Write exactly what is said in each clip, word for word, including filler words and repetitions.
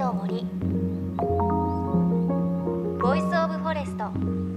の森ボイスオブフォレスト。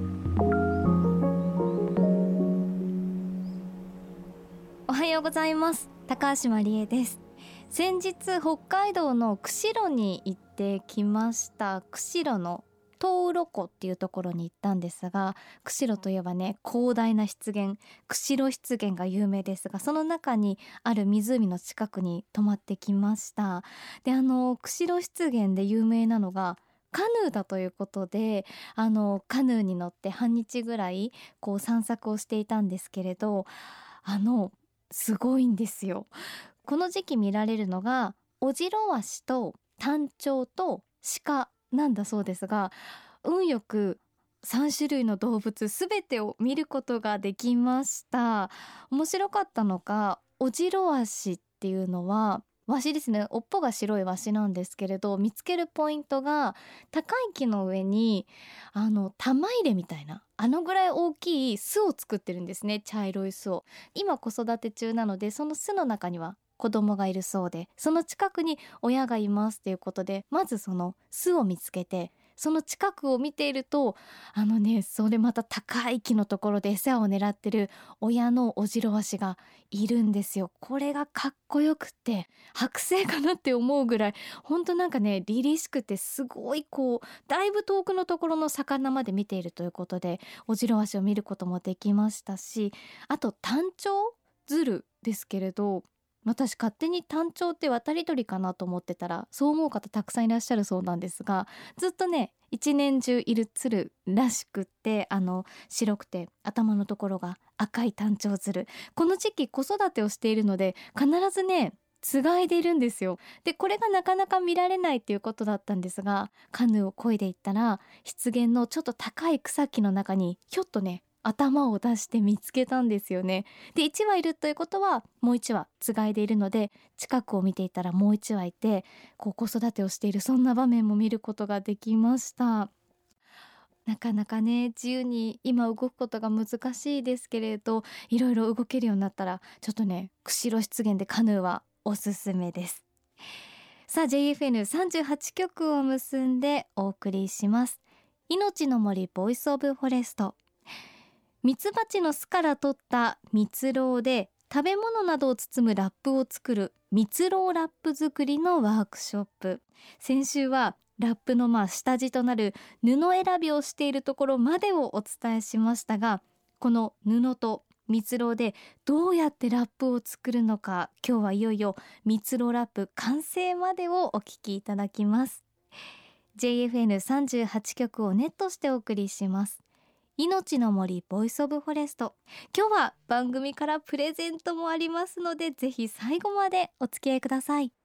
おはようございます。高橋真理恵です。先日北海道の釧路に行ってきました。釧路の東鱗っていうところに行ったんですが、釧路といえばね、広大な湿原、釧路湿原が有名ですが、その中にある湖の近くに泊まってきました。で、あの釧路湿原で有名なのがカヌーだということで、あのカヌーに乗って半日ぐらいこう散策をしていたんですけれど、あのすごいんですよ。この時期見られるのがオジロワシとタンチョウと鹿なんだそうですが、運よくさん種類の動物すべてを見ることができました。面白かったのが、オジロワシっていうのはワシですね。尾っぽが白いワシなんですけれど、見つけるポイントが高い木の上にあの玉入れみたいな、あのぐらい大きい巣を作ってるんですね。茶色い巣を。今子育て中なので、その巣の中には子供がいるそうで、その近くに親がいますということで、まずその巣を見つけて、その近くを見ていると、あのね、それまた高い木のところで餌を狙ってる親のオジロワシがいるんですよ。これがかっこよくって、剥製かなって思うぐらい、ほんとなんかね、凛々しくて、すごいこうだいぶ遠くのところの魚まで見ているということで、オジロワシを見ることもできましたし、あとタンチョウズルですけれど、私勝手にタンチョウって渡り鳥かなと思ってたら、そう思う方たくさんいらっしゃるそうなんですが、ずっとね一年中いる鶴らしくって、あの白くて頭のところが赤いタンチョウ鶴、この時期子育てをしているので必ずねつがいでいるんですよ。で、これがなかなか見られないっていうことだったんですが、カヌーを漕いでいったら湿原のちょっと高い草木の中にひょっとね頭を出して見つけたんですよね。で、いちわいるということはもういちわつがいでいるので、近くを見ていたらもういちわいて、こう子育てをしている、そんな場面も見ることができました。なかなかね自由に今動くことが難しいですけれど、いろいろ動けるようになったらちょっとね、釧路湿原でカヌーはおすすめです。さあ ジェイエフエヌさんじゅうはち 曲を結んでお送りします。命の森ボイスオブフォレスト。ミツバチの巣から取った蜜蝋で食べ物などを包むラップを作る蜜蝋ラップ作りのワークショップ。先週はラップのまあ下地となる布選びをしているところまでをお伝えしましたが、この布と蜜蝋でどうやってラップを作るのか、今日はいよいよ蜜蝋ラップ完成までをお聞きいただきます。 ジェイエフエヌさんじゅうはち 曲をネットしてお送りします。命の森ボイスオブフォレスト。今日は番組からプレゼントもありますので、ぜひ最後までお付き合いください。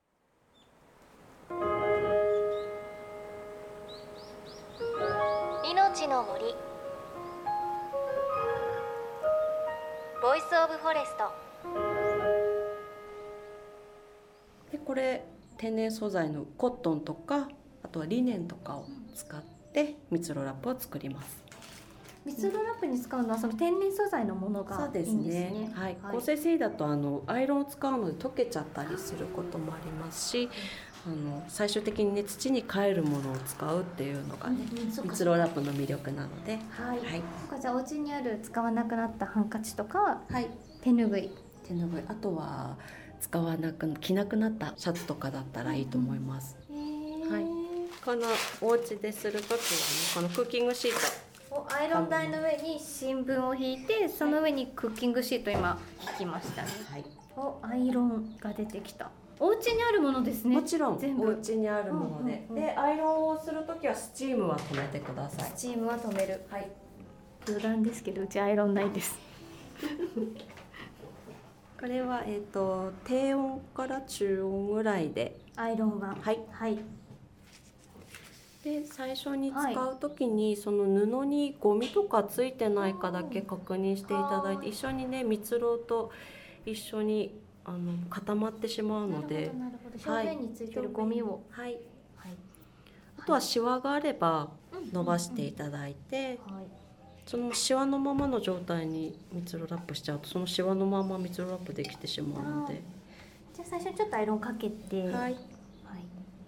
命の森ボイスオブフォレスト。 でこれ天然素材のコットンとか、あとはリネンとかを使って蜜蝋ラップを作ります。 蜜蝋ラップに使うのはその天然素材のものがいいんですね。そうですね、 はい、合成繊維だとあのアイロンを使うので溶けちゃったりすることもありますし、あの最終的にね土に帰るものを使うっていうのがね、うん、蜜蝋ラップの魅力なので、 はい、はい、じゃあお家にある使わなくなったハンカチとか、はい、手ぬぐい手ぬぐい、あとは使わなく着なくなったシャツとかだったらいいと思います。うん、はい、このお家でするときはね、このクッキングシート、 アイロン台の上に新聞を引いて、その上にクッキングシート今引きましたね。はい、おアイロンが出てきた。お家にあるものですね。 もちろん全部お家にあるもので、うんうんうん、でアイロンをするときはスチームは止めてください。 スチームは止める。はい。余談ですけど、うちアイロンないです。 これはえっと低温から中温ぐらいでアイロンは、 はい、はい。で最初に使う時に、はい、その布にゴミとかついてないかだけ確認していただいて、一緒にね蜜蝋と一緒にあの固まってしまうので、 なるほどなるほど、表面についてるゴミを、 はい、はい、あとはシワがあれば伸ばしていただいて、うんうんうん、はい、そのシワのままの状態に蜜蝋ラップしちゃうと、そのシワのまま蜜蝋ラップできてしまうので、 じゃあ最初にちょっとアイロンかけて、はい、はい、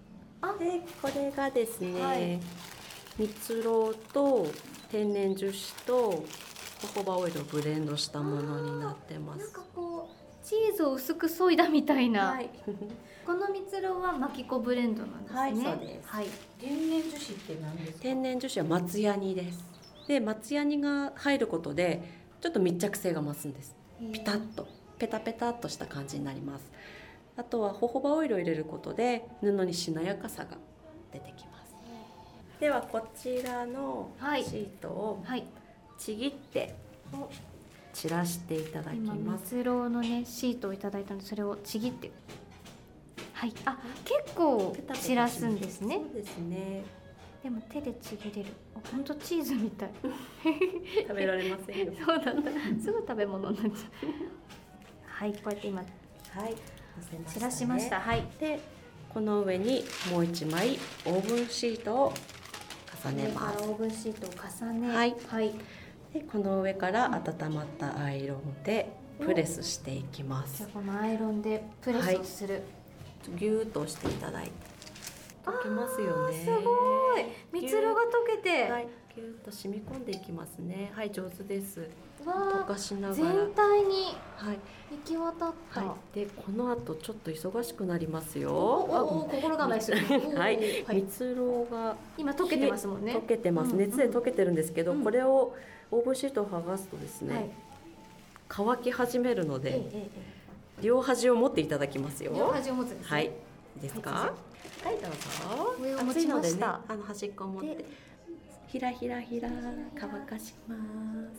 あ、 でこれがですね、 はい、 蜜ろうと天然樹脂とホホバオイルをブレンドしたものになってます。 なんかこうチーズを薄く削いだみたいな、 はい、 この蜜ろうはマキコブレンドなんですね。 はい、そうです。 はい、 天然樹脂って何ですか？ 天然樹脂は松ヤニです。で松ヤニが入ることでちょっと密着性が増すんです。ピタッとペタペタっとした感じになります。あとはホホバオイルを入れることで布にしなやかさが出てきます。ではこちらのシートをちぎって散らしていただき今ます。 蜜ろうのねシートをいただいたので、それをちぎって、はい、あ、結構散らすんですね。 そうですね。 でも手でちぎれる。本当チーズみたい。 食べられませんよ。 そうだった。すぐ食べ物になっちゃう。はい、こうやって今はい、 散らしました。はい。 でこの上にもう一枚オーブンシートを重ねます。 オーブンシートを重ね、 はい、 はい、 でこの上から温まったアイロンでプレスしていきます。 じゃあこのアイロンでプレスをする、はい、 ギューッと押していただいて溶けますよね。 すごい、蜜ろうが溶けて、 はい、ギューッと染み込んでいきますね。はい、上手です。 わ溶かしながら全体にはい行き渡った、 はい、でこの後ちょっと忙しくなりますよ。 おお、心構えする。 はい、蜜ろうが今溶けてますもんね。 溶けてます、熱で溶けてるんですけど、 うん、 これをオーブンシートを剥がすとですね、はい、乾き始めるので、えええ、両端を持っていただきますよ。 両端を持つんですね。 はい、いいですか。はい、どうぞ。 上を持ちました。 あの端っこを持ってひらひらひら乾かします。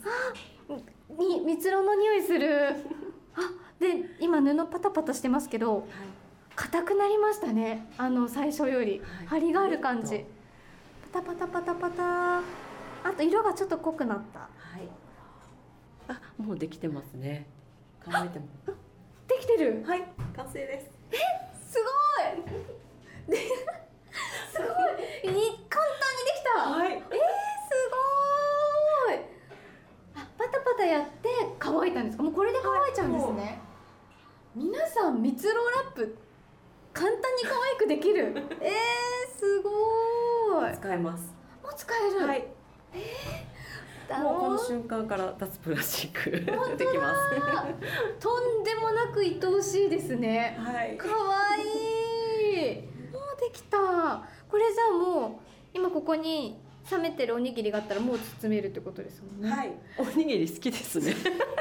あ、み蜜ろうの匂いする。あ、で今布パタパタしてますけど、硬、はい、くなりましたね。あの最初より、はい、張りがある感じ。パタパタパタパタ。あと色がちょっと濃くなった。はい。 あ、もうできてますね。乾いても。 できてる。 はい、完成です。 え、すごい。すごい。簡単にできた。はい。えー、すごい。あ、パタパタやって乾いたんですか。もうこれで乾いちゃうんですね。はい、皆さん蜜ろうラップ簡単に可愛くできる。えー、すごい。 使えます。 もう使える。はい。えー、 もうこの瞬間から脱プラスチックできます。 とんでもなく愛おしいですね。 はい。 可愛い。もうできた。これじゃあもう今ここに冷めてるおにぎりがあったらもう包めるってことですもんね。 はい。おにぎり好きですね。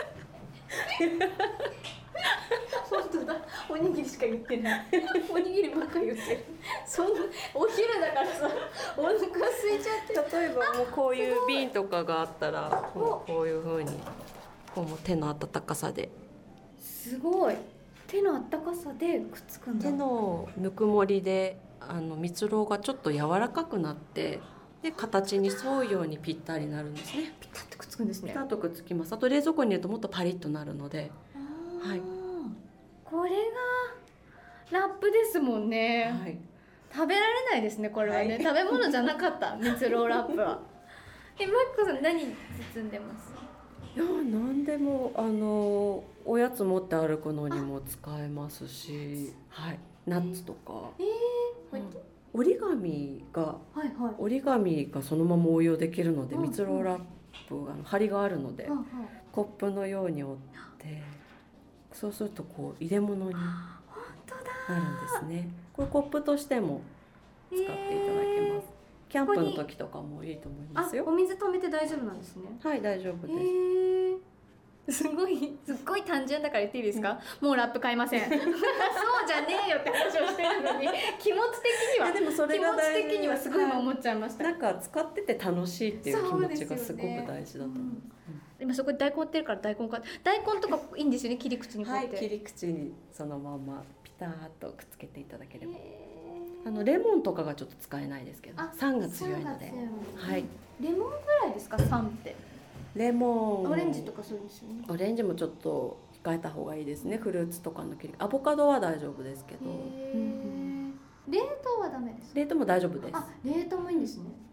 本当だ。おにぎりしか言ってない。おにぎりばっかり言ってる。そんなお昼だからさ、お腹空いちゃって。 例えばもうこういう瓶とかがあったらこうこういう風にこうも手の温かさで。 すごい。手の温かさでくっつくんだ。 手のぬくもりであの蜜ろうがちょっと柔らかくなって。で形に沿うようにぴったりなるんですね。 ピタッとくっつくんですね。 ピタッとくっつきます。あと冷蔵庫に入れるともっとパリッとなるので。 はい。これがラップですもんね。はい。食べられないですねこれはね。はい、食べ物じゃなかった蜜ろうラップは。え、マッコさん何包んでます？ いや、何でもあのおやつ持って歩くのにも使えますし、はい。ナッツとか。えー、うん折り紙が、はいはい、折り紙がそのまま応用できるので、うんうん、蜜ろうラップが張りがあるので、うんうん、コップのように折ってそうするとこう入れ物になるんですね。これコップとしても使っていただけます。えー、キャンプの時とかもいいと思いますよ。 お水止めて大丈夫なんですね。 はい、大丈夫です。えーすごいすっごい単純だから言っていいですか、うん、もうラップ買いません。そうじゃねえよって話をしてるのに気持ち的にはでもそれが大事、気持ち的にはすごい思っちゃいました。 なんか使ってて楽しいっていう気持ちがすごく大事だと思う。 今そこで大根売ってるから大根か大根とかいいんですよね。切り口にこうやって、 はい、切り口にそのままピタッとくっつけていただければ。あのレモンとかがちょっと使えないですけど酸が強いので、 はい、レモンぐらいですか酸って。 レモン、 オレンジとかそうですよね。 オレンジもちょっと控えた方がいいですね。フルーツとかの切り、アボカドは大丈夫ですけど。 冷凍はダメですか？ 冷凍も大丈夫です。 あ、冷凍もいいんですね。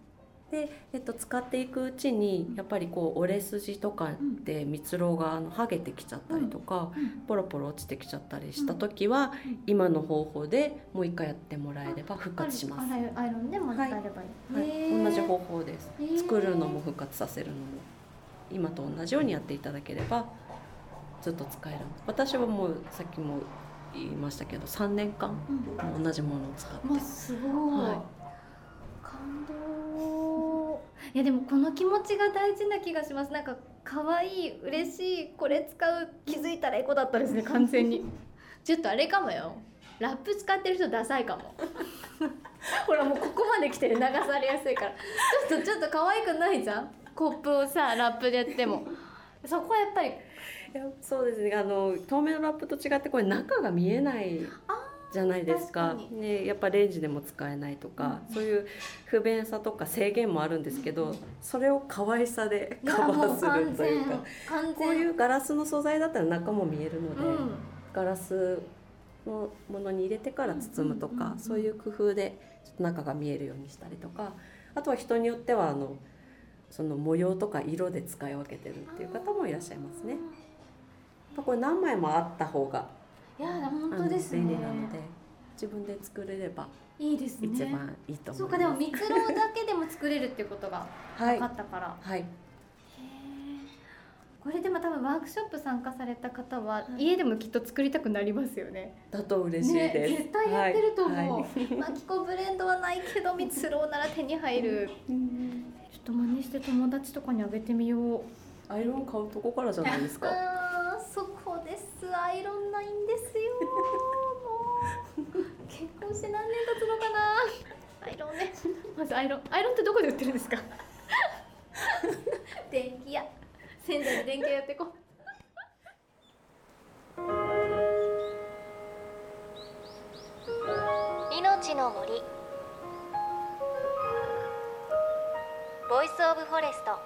で、えっと、使っていくうちにやっぱりこう折れ筋とかで蜜蝋があの剥げてきちゃったりとか、 うんうんポロポロ落ちてきちゃったりした時は、 うんうん今の方法でもう一回やってもらえれば復活します。 アイアイロンでもう一回やればいい、 はい、 へー同じ方法です。 へー作るのも復活させるのも今と同じようにやっていただければずっと使える。私はもうさっきも言いましたけどさんねんかんうん同じものを使って、 まあ、すごい、 はい感動。いやでもこの気持ちが大事な気がします。なんか可愛い嬉しいこれ使う気づいたらエコだったですね完全にちょっとあれかもよ、ラップ使ってる人ダサいかもほらもうここまで来てる流されやすいからちょっとちょっと可愛くないじゃん、コップをさラップでやってもそこはやっぱりいやそうですね、あの透明のラップと違ってこれ中が見えないじゃないですか。 確かにね、やっぱレンジでも使えないとか、 うんそういう不便さとか制限もあるんですけど、それを可愛さでカバーするというか、 完全こういうガラスの素材だったら中も見えるので、 うんガラスのものに入れてから包むとか、 うんうんうんうんそういう工夫でちょっと中が見えるようにしたりとか、あとは人によってはあのその模様とか色で使い分けてるっていう方もいらっしゃいますね。やっぱこれ何枚もあった方がいや本あの当ですね便利なので、自分で作れればいいですね。 一番いいと思います。 そうか、でも蜜蝋だけでも作れるっていうことがはい分かったから、 はいへーこれでも多分ワークショップ参加された方は家でもきっと作りたくなりますよね。 だと嬉しいです。 ね、絶対やってると思う。 はいはいマキコブレンドはないけど蜜蝋なら手に入る。ちょっと真似して友達とかにあげてみよう。 アイロン買うとこからじゃないですか。 あーそこです。アイロンないんですよ。もう結婚して何年経つのかな。アイロンね。まずアイロン。アイロンってどこで売ってるんですか。電気屋。仙台で電気屋やってこう。命の森。ボイスオブフォレスト。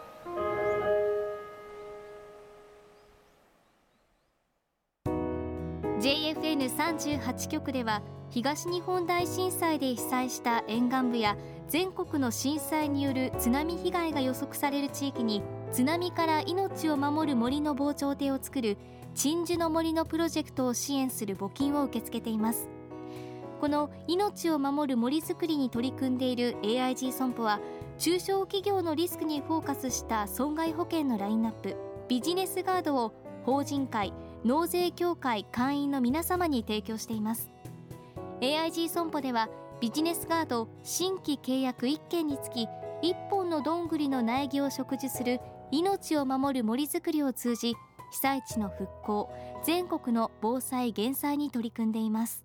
ジェイエフエヌさんじゅうはち 局では東日本大震災で被災した沿岸部や全国の震災による津波被害が予測される地域に津波から命を守る森の防潮堤を作る鎮守の森のプロジェクトを支援する募金を受け付けています。この命を守る森づくりに取り組んでいる エーアイジー 損保は中小企業のリスクにフォーカスした損害保険のラインナップビジネスガードを法人会納税協会会員の皆様に提供しています。 エーアイジー 損保ではビジネスガード新規契約いっけんにつきいっぽんのどんぐりの苗木を植樹する命を守る森づくりを通じ被災地の復興、全国の防災減災に取り組んでいます。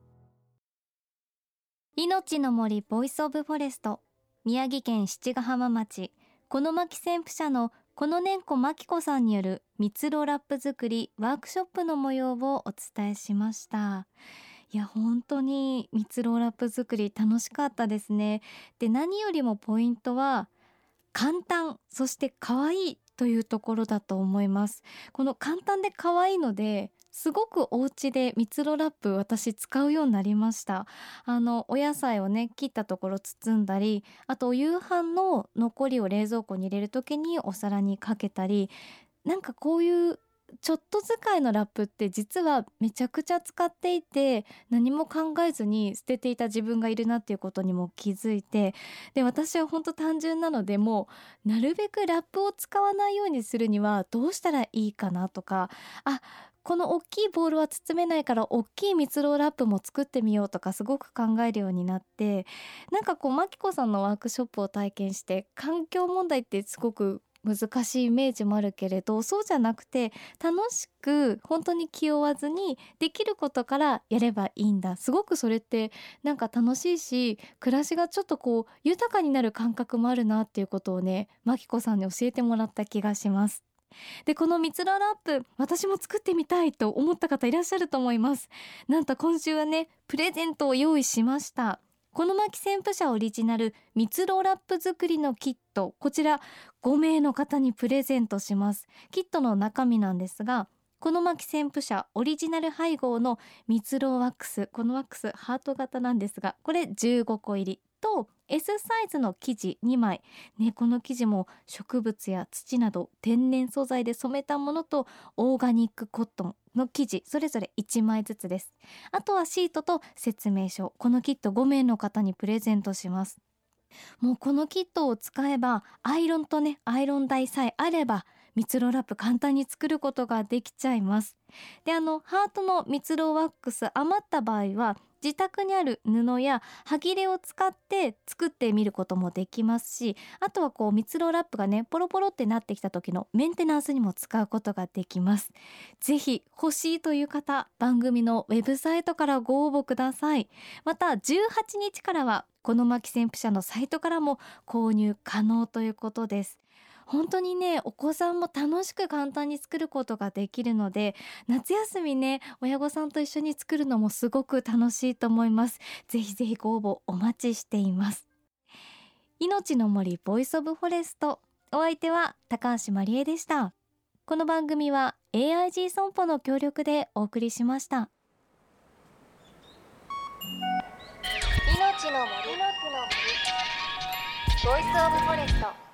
命の森ボイスオブフォレスト、宮城県七ヶ浜町この牧旋風社のこのねんこまきこさんによる蜜蝋ラップ作りワークショップの模様をお伝えしました。いや本当に蜜蝋ラップ作り楽しかったですね。で何よりもポイントは簡単そして可愛いというところだと思います。この簡単で可愛いのですごくお家で蜜蝋ラップ私使うようになりました。あのお野菜をね切ったところ包んだり、あとお夕飯の残りを冷蔵庫に入れる時にお皿にかけたり、なんかこういうちょっと使いのラップって実はめちゃくちゃ使っていて何も考えずに捨てていた自分がいるなっていうことにも気づいて、で私は本当単純なのでもうなるべくラップを使わないようにするにはどうしたらいいかなとか、あこの大きいボールは包めないから大きい蜜蝋ラップも作ってみようとかすごく考えるようになって、なんかこうマキコさんのワークショップを体験して環境問題ってすごく難しいイメージもあるけれど、そうじゃなくて楽しく本当に気負わずにできることからやればいいんだ、すごくそれってなんか楽しいし暮らしがちょっとこう豊かになる感覚もあるなっていうことをねマキコさんに教えてもらった気がします。でこの蜜蝋ラップ私も作ってみたいと思った方いらっしゃると思います。なんと今週はねプレゼントを用意しました。この牧旋風社オリジナル蜜蝋ラップ作りのキット、こちらごめいの方にプレゼントします。キットの中身なんですが、この牧旋風社オリジナル配合の蜜蝋ワックス、このワックスハート型なんですがこれじゅうごこ入りと、 エス サイズの生地にまい、ね、この生地も植物や土など天然素材で染めたものとオーガニックコットンの生地それぞれいちまいずつです。あとはシートと説明書、このキットごめいの方にプレゼントします。もうこのキットを使えばアイロンとねアイロン台さえあれば蜜ろラップ簡単に作ることができちゃいます。であのハートの蜜ろワックス余った場合は自宅にある布や端切れを使って作ってみることもできますし、あとはこう蜜ろラップがねポロポロってなってきた時のメンテナンスにも使うことができます。ぜひ欲しいという方、番組のウェブサイトからご応募ください。またじゅうはちにちからはこの牧旋風社のサイトからも購入可能ということです。本当にねお子さんも楽しく簡単に作ることができるので、夏休みね親御さんと一緒に作るのもすごく楽しいと思います。ぜひぜひご応募お待ちしています。命の森ボイスオブフォレスト、お相手は高橋まりえでした。この番組は エーアイジー 損保の協力でお送りしました。 命の森ボイスオブフォレスト。